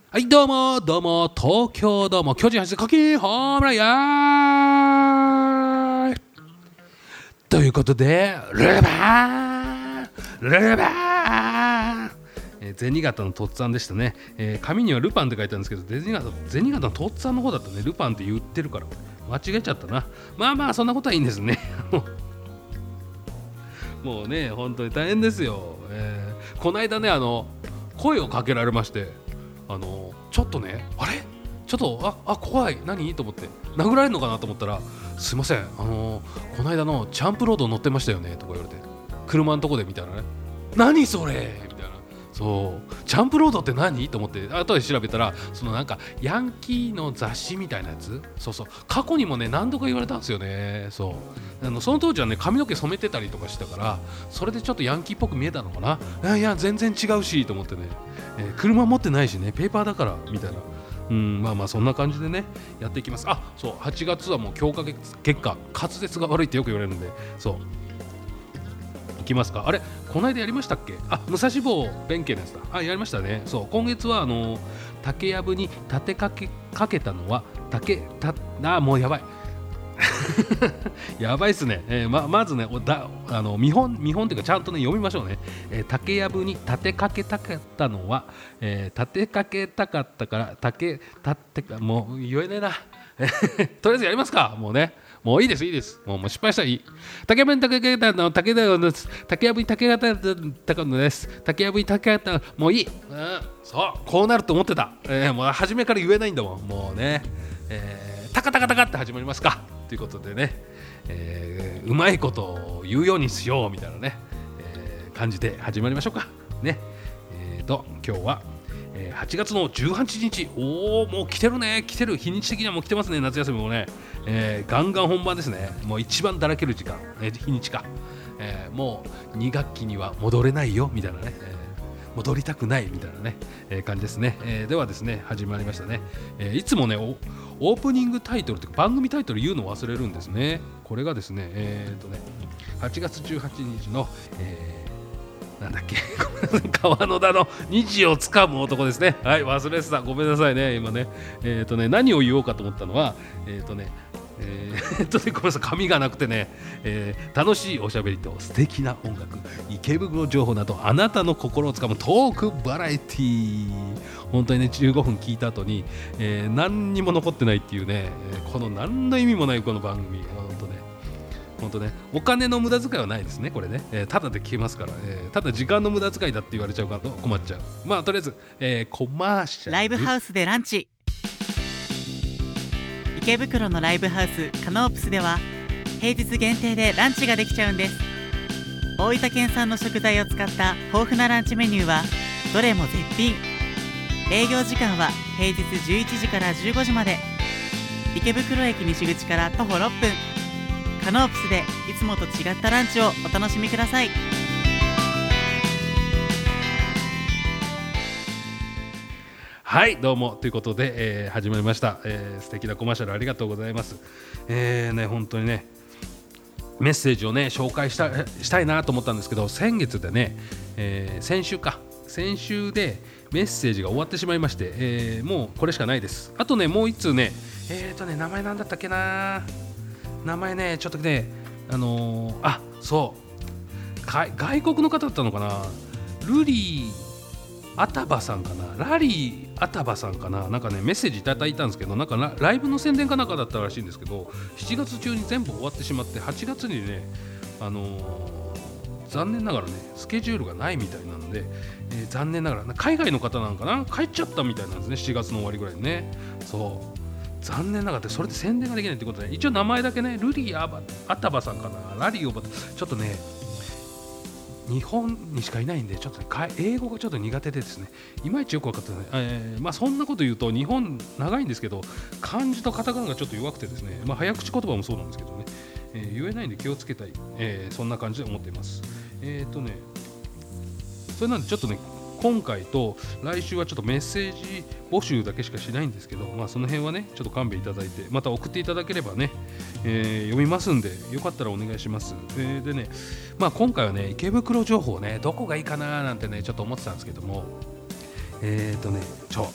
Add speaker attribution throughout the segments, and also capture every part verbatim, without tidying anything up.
Speaker 1: はいどうもどうも東京どうも巨人発古今ホームランやーいということでルバーンルバーン、えー、銭形のとっつぁんでしたね、えー、紙にはルパンって書いてあるんですけど銭形、銭形のとっつぁんの方だったね。ルパンって言ってるから間違えちゃったな。まあまあそんなことはいいんですねもうね本当に大変ですよ、えー、この間ねあの声をかけられまして、あのちょっとねあれちょっとああ怖い何と思って殴られるのかなと思ったら、すいませんあのこの間のチャンプロード乗ってましたよねとか言われて、車のとこでみたいなね、何それみたいな、そうチャンプロードって何と思って後で調べたら、そのなんかヤンキーの雑誌みたいなやつ、そうそう過去にもね何度か言われたんですよね。そうあのその当時はね髪の毛染めてたりとかしたから、それでちょっとヤンキーっぽく見えたのかな。いや全然違うしと思ってね、えー、車持ってないしねペーパーだからみたいな、うん、まあまあそんな感じでねやっていきます。あそうはちがつはもう強化結果滑舌が悪いってよく言われるんで、そういきますか。あれこの間やりましたっけ。あ武蔵坊弁慶のやつだ。あやりましたね。そう今月はあの竹やぶに立てかけかけたのは竹たあもうやばいやばいっすね、えー、ま, まずねだあの見本見本っていうかちゃんとね読みましょうね、えー、竹やぶに立てかけたかったのは、えー、立てかけたかったから竹立ってかもう言えねえなとりあえずやりますか。もうねもういいですいいです。もうもう失敗したらいい。竹やぶに竹かけたの竹だよです。竹やぶに竹がたかのです。竹やぶに竹がたもういい、うん、そうこうなると思ってた、えー、もう初めから言えないんだもんもうね、えー、タカタカタカって始まりますかということでね、えー、うまいことを言うようにしようみたいなね、えー、感じで始まりましょうかね。えーと今日ははちがつのじゅうはちにち、おおもう来てるね来てる、日にち的にはもう来てますね。夏休みもね、えー、ガンガン本番ですね。もう一番だらける時間、えー、日にちか、えー、もうに学期には戻れないよみたいなね、えー、戻りたくないみたいなね、えー、感じですね、えー、ではですね始まりましたね、えー、いつもねオープニングタイトルというか番組タイトル言うの忘れるんですね。これがですねえー、とねはちがつじゅうはちにちの、えーなんだっけ川野田の虹をつかむ男ですね。はい忘れてたごめんなさいね今ね。えっ、ー、とね何を言おうかと思ったのはえっ、ー、とねえー、っとねごめんなさい紙がなくてね、えー、楽しいおしゃべりと素敵な音楽池袋情報などあなたの心をつかむトークバラエティー、本当にねじゅうごふん聞いた後に、えー、何にも残ってないっていうね、この何の意味もないこの番組、本当ね本当ねお金の無駄遣いはないですねこれね、えー、ただで聞けますから、えー、ただ時間の無駄遣いだって言われちゃうからと困っちゃう。まあとりあえず、えー、コマーシャル
Speaker 2: ライブハウスでランチ。池袋のライブハウスカノープスでは平日限定でランチができちゃうんです。大分県産の食材を使った豊富なランチメニューはどれも絶品。営業時間は平日じゅういちじからじゅうごじまで。池袋駅西口から徒歩ろっぷん。カノープスでいつもと違ったランチをお楽しみください。
Speaker 1: はいどうもということで、えー、始まりました、えー、素敵なコマーシャルありがとうございます。えーね本当にねメッセージをね紹介した、したいなと思ったんですけど、先月でね、えー、先週か先週でメッセージが終わってしまいまして、えー、もうこれしかないです。あとねもう一通ねえーとね名前なんだったっけな、名前ねちょっとねあのー、あそうか外国の方だったのかな、ルリーアタバさんかな、ラリーアタバさんかな、なんかねメッセージいただいたんですけど、なんかライブの宣伝かなんかだったらしいんですけど、しちがつ中に全部終わってしまってはちがつにねあのー、残念ながらねスケジュールがないみたいなので、えー、残念ながら海外の方なのかな帰っちゃったみたいなんですね。しちがつの終わりぐらいにね。そう残念ながらそれで宣伝ができないってことで、一応名前だけねルリーアバアタバさんかな、ラリーオバタちょっとね日本にしかいないんでちょっと、ね、英語がちょっと苦手でですねいまいちよく分かってない、えーまあ、そんなこと言うと日本長いんですけど漢字とカタカナがちょっと弱くてですね、まあ、早口言葉もそうなんですけどね、えー、言えないんで気をつけたい、えー、そんな感じで思っています。えっ、ー、とねそれなんでちょっとね今回と来週はちょっとメッセージ募集だけしかしないんですけど、まあ、その辺はねちょっと勘弁いただいてまた送っていただければね、えー、読みますんでよかったらお願いします。えー、でね、まあ、今回はね池袋情報ねどこがいいかななんてねちょっと思ってたんですけども、えーとねちょ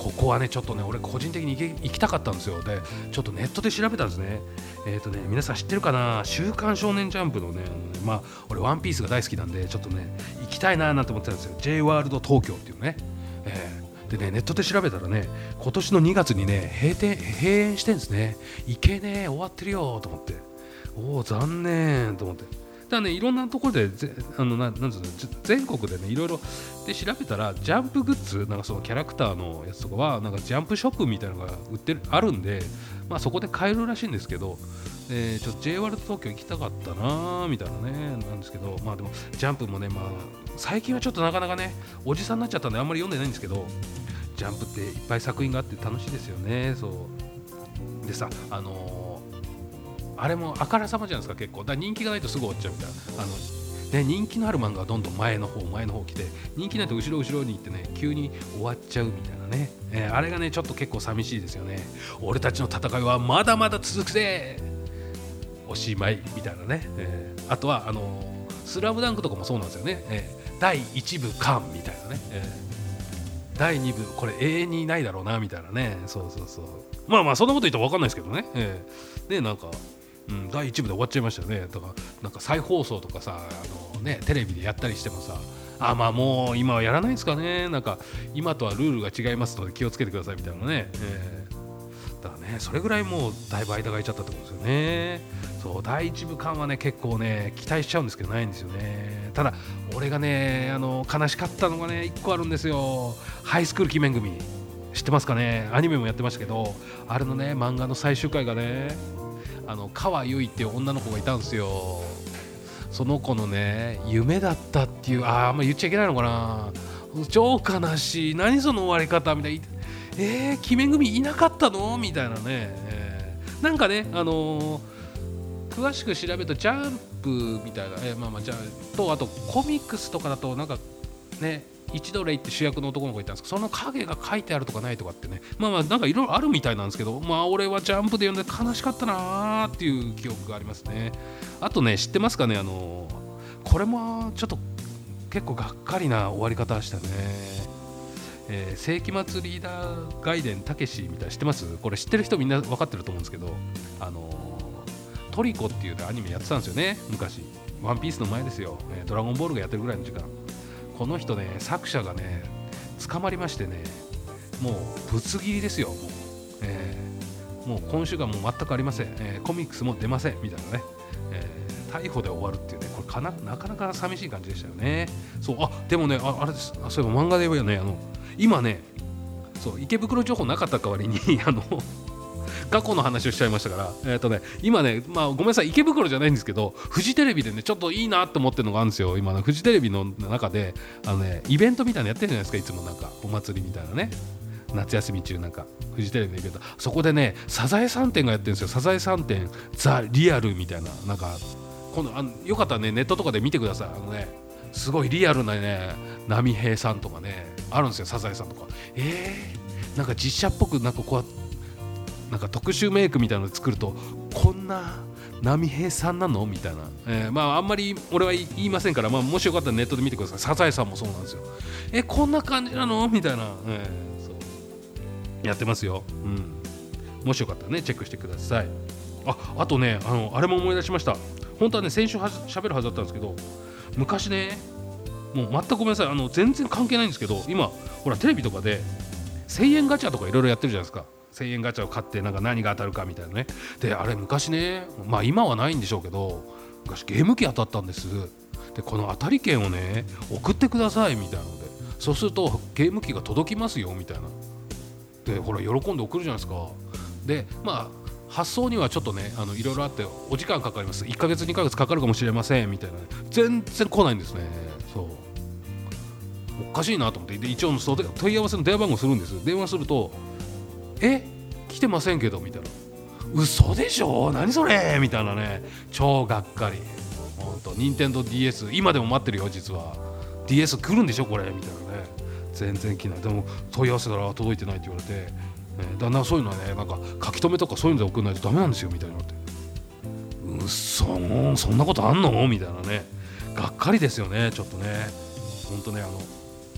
Speaker 1: ここはねちょっとね俺個人的に行け行きたかったんですよ。でちょっとネットで調べたんですね。えっ、ー、とね皆さん知ってるかな、週刊少年ジャンプのね、まあ俺ワンピースが大好きなんでちょっとね行きたいななんて思ってたんですよ。 J ワールド東京っていうね、えー、でねネットで調べたらね今年のにがつにね閉店閉園してんですね。行けねえ終わってるよと思って、おお残念と思って、だからねいろんなところでぜあのななんつうの全国でねいろいろで調べたらジャンプグッズなんかそのキャラクターのやつとかはなんかジャンプショップみたいなのが売ってるあるんで、まあそこで買えるらしいんですけど、えー、ちょっと J ワールド東京行きたかったなみたいなねなんですけど、まあでもジャンプもねまあ最近はちょっとなかなかねおじさんになっちゃったんであんまり読んでないんですけど、ジャンプっていっぱい作品があって楽しいですよね。そうでさあのーあれもあからさまじゃないですか。結構だから人気がないとすぐ終わっちゃうみたいな、あの、ね、人気のある漫画がどんどん前の方前の方来て人気ないと後ろ後ろに行ってね急に終わっちゃうみたいなね、えー、あれがねちょっと結構寂しいですよね。俺たちの戦いはまだまだ続くぜおしまいみたいなね、えー、あとはあのー、スラムダンクとかもそうなんですよね、えー、だいいち部完みたいなね、えー、だいに部これ永遠にないだろうなみたいなね。そうそうそう、まあまあそんなこと言ったら分かんないですけどね、えー、でなんかうん、だいいち部で終わっちゃいましたね。だからなんか再放送とかさあの、ね、テレビでやったりしてもさあまあもう今はやらないんですかね。なんか今とはルールが違いますので気をつけてくださいみたいなね、えー、だからねそれぐらいもうだいぶ間が空いちゃったってことですよね。そうだいいち部完はね結構ね期待しちゃうんですけどないんですよね。ただ俺がねあの悲しかったのがねいっこあるんですよ。ハイスクール鬼面組知ってますかね。アニメもやってましたけどあれのね漫画の最終回がねあの川由依っていう女の子がいたんですよ。その子のね夢だったっていうあーあんま言っちゃいけないのかな、超悲しい何その終わり方みたいな、えー、鬼面組いなかったのみたいなね、えー、なんかねあのー、詳しく調べるとジャンプみたいな、えー、まあまあじゃあとあとコミックスとかだとなんかね一度レイって主役の男の子いたんですけどその影が書いてあるとかないとかってねまあまあなんかいろいろあるみたいなんですけど、まあ俺はジャンプで読んで悲しかったなーっていう記憶がありますね。あとね知ってますかねあのー、これもちょっと結構がっかりな終わり方でしたね。えー、世紀末リーダー外伝たけしみたいな知ってます？これ知ってる人みんな分かってると思うんですけどあのー、トリコっていう、ね、アニメやってたんですよね昔。ワンピースの前ですよ、えー、ドラゴンボールがやってるぐらいの時間この人ね作者がね捕まりましてねもうぶつ切りですよもう、えー、もう今週間も全くありません、えー、コミックスも出ませんみたいなね、えー、逮捕で終わるっていうねこれかななかなか寂しい感じでしたよね。そうあでもね あ, あれですあそういえば漫画で言えばねあの今ねそう池袋情報なかった代わりにあの過去の話をしちゃいましたから、えーとね、今ね、まあ、ごめんなさい池袋じゃないんですけどフジテレビでねちょっといいなと思ってるのがあるんですよ。今ねフジテレビの中であの、ね、イベントみたいなのやってるじゃないですか。いつもなんかお祭りみたいなね夏休み中なんかフジテレビのイベントそこでねサザエさん展がやってるんですよ。サザエさん展ザ・リアルみたいななんか今度あのよかったらねネットとかで見てください。あのねすごいリアルなね波平さんとかねあるんですよ。サザエさんとかえー、なんか実写っぽくなんかこうなんか特殊メイクみたいなの作るとこんな波平さんなのみたいな、えー、まああんまり俺は言いませんから、まあ、もしよかったらネットで見てください。サザエさんもそうなんですよ。えこんな感じなのみたいな、えー、そうやってますよ、うん、もしよかったらねチェックしてください。ああとねあのあれも思い出しました。本当はね先週はしゃべるはずだったんですけど昔ねもう全くごめんなさいあの全然関係ないんですけど今ほらテレビとかでせんえんガチャとかいろいろやってるじゃないですか。せんえんガチャを買ってなんか何が当たるかみたいなね。であれ昔ねまあ今はないんでしょうけど昔ゲーム機当たったんです。でこの当たり券をね送ってくださいみたいなのでそうするとゲーム機が届きますよみたいなでほら喜んで送るじゃないですか。でまあ発送にはちょっとねあのいろいろあってお時間かかりますいっかげつにかげつかかるかもしれませんみたいな、ね、全然来ないんですね。そうおかしいなと思ってで一応その問い合わせの電話番号するんです。電話するとえ来てませんけどみたいな嘘でしょ何それみたいなね超がっかりほんと任天堂 ディーエス 今でも待ってるよ実は ディーエス 来るんでしょこれみたいなね全然来ない。でも問い合わせたら届いてないって言われて、ね、だんだんそういうのはねなんか書き留めとかそういうので送らないとダメなんですよみたいになって嘘そんなことあんのみたいなねがっかりですよねちょっとねほんとねあの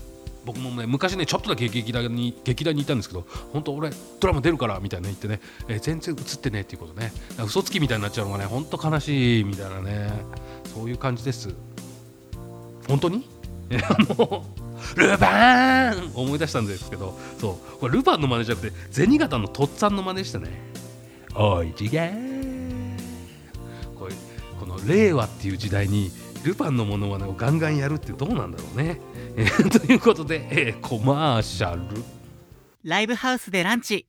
Speaker 1: 僕もね昔ねちょっとだけ劇団に劇団にいたんですけど、本当俺ドラマ出るからみたいな言ってね、えー、全然映ってねっていうことね、嘘つきみたいになっちゃうのがね本当悲しいみたいなね、そういう感じです。本当にあのルパン思い出したんですけど、そうこれルパンの真似じゃなくて銭形のとっつぁんの真似してね、おい違う、これこの令和っていう時代にルパンのモノマネをガンガンやるってどうなんだろうね、えー、ということで、えー、コマーシャル。
Speaker 2: ライブハウスでランチ。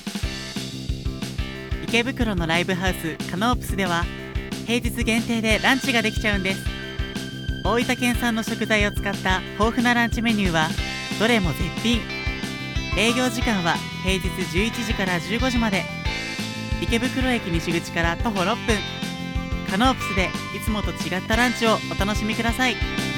Speaker 2: 池袋のライブハウスカノープスでは平日限定でランチができちゃうんです。大分県産の食材を使った豊富なランチメニューはどれも絶品。営業時間は平日じゅういちじからじゅうごじまで。池袋駅西口から徒歩ろっぷん。カノープスでいつもと違ったランチをお楽しみください。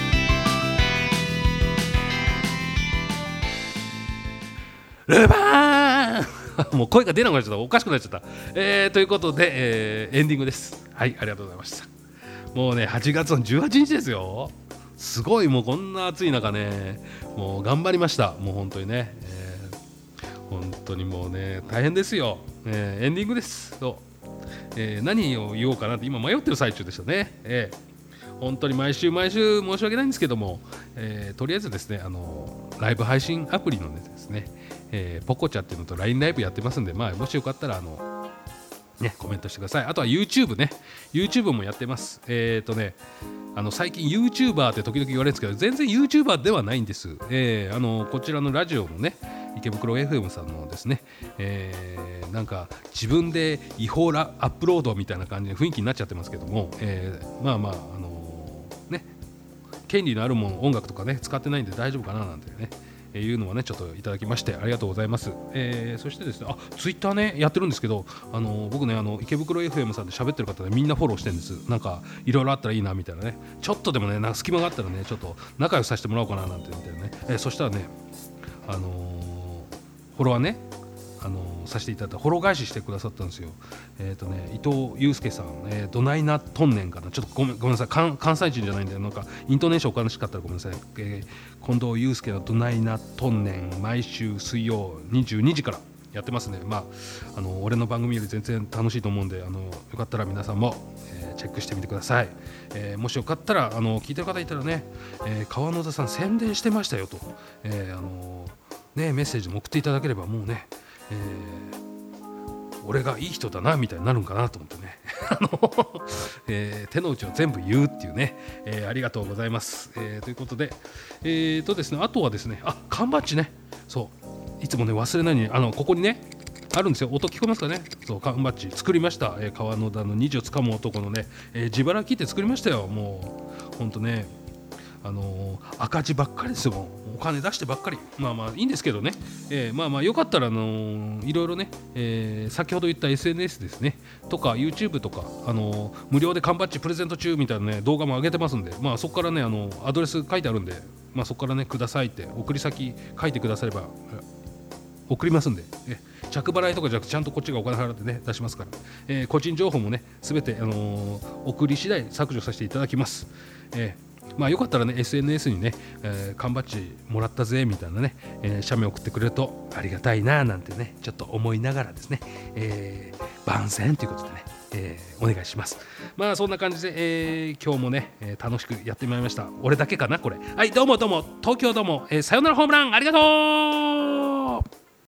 Speaker 1: ルパンもう声が出なくなっちゃった、おかしくなっちゃった、えー、ということで、えー、エンディングです。はい、ありがとうございました。もうねはちがつのじゅうはちにちですよ。すごい、もうこんな暑い中ねもう頑張りました。もう本当にね、えー、本当にもうね大変ですよ、えー、エンディングです。そう、えー、何を言おうかなって今迷ってる最中でしたね、えー、本当に毎週毎週申し訳ないんですけども、えー、とりあえずですねあのライブ配信アプリのですね、えー、ポコチャっていうのと ライン ライブやってますんで、まあ、もしよかったらあのね、コメントしてください。あとは YouTube ね YouTube もやってます。えっとねあの最近 YouTuber って時々言われるんですけど、全然 YouTuber ではないんです。えー、あのこちらのラジオのね池袋 エフエム さんのですね、えー、なんか自分で違法ラアップロードみたいな感じで雰囲気になっちゃってますけども、えー、まあまああのー、ね権利のあるもの音楽とかね使ってないんで大丈夫かななんてねいうのはねちょっといただきましてありがとうございます。えー、そしてですね、あツイッターねやってるんですけど、あのー、僕ねあの池袋 エフエム さんで喋ってる方でみんなフォローしてるんです。なんかいろいろあったらいいなみたいなね、ちょっとでもねなんか隙間があったらねちょっと仲良くさせてもらおうかななんてみたいなね、えー、そしたらねあのー、フォロワーねあのー、させていただいたフォロー返ししてくださったんですよ。えっ、ー、とね伊藤祐介さん、えー、どないなとんねんかな、ちょっとごめんごめんなさい、関西人じゃないんでなんかイントネーションおかしかったらごめんなさい。えー、近藤祐介のどないなとんねん毎週水曜にじゅうにじからやってますね。まああの俺の番組より全然楽しいと思うんで、あのよかったら皆さんも、えー、チェックしてみてください。えー、もしよかったらあの聞いてる方いたらね、えー、川野田さん宣伝してましたよと、えー、あのねメッセージも送っていただければもうね、えー俺がいい人だなみたいになるんかなと思ってねあの、えー、手の内を全部言うっていうね、えー、ありがとうございます、えー、ということで、えーとですね、あとはですねあ缶バッジね、そういつもね忘れないようにあのここにねあるんですよ。音聞こえますかね。そう缶バッジ作りました、えー、川野田の虹をつかむ男のね、えー、自腹切って作りましたよ。もうほんとねあのー、赤字ばっかりですよ。もうお金出してばっかり。まあまあいいんですけどね、えー、まあまあよかったら、あのー、いろいろね、えー、先ほど言った エスエヌエス ですねとか YouTube とか、あのー、無料で缶バッジプレゼント中みたいな、ね、動画も上げてますんで、まあ、そこからねあのアドレス書いてあるんで、まあ、そこからねくださいって送り先書いてくだされば送りますんで、え着払いとかじゃなくてちゃんとこっちがお金払ってね出しますから、えー、個人情報もねすべて、あのー、送り次第削除させていただきます。えーまあ、よかったらね エスエヌエス にね、えー、缶バッジもらったぜみたいなね、えー、写メ送ってくれるとありがたいななんてねちょっと思いながらですね、えー、番宣ということでね、えー、お願いします。まあそんな感じで、えー、今日もね、えー、楽しくやってまいりました。俺だけかなこれ。はいどうもどうも東京どうも、えー、さよならホームランありがとう。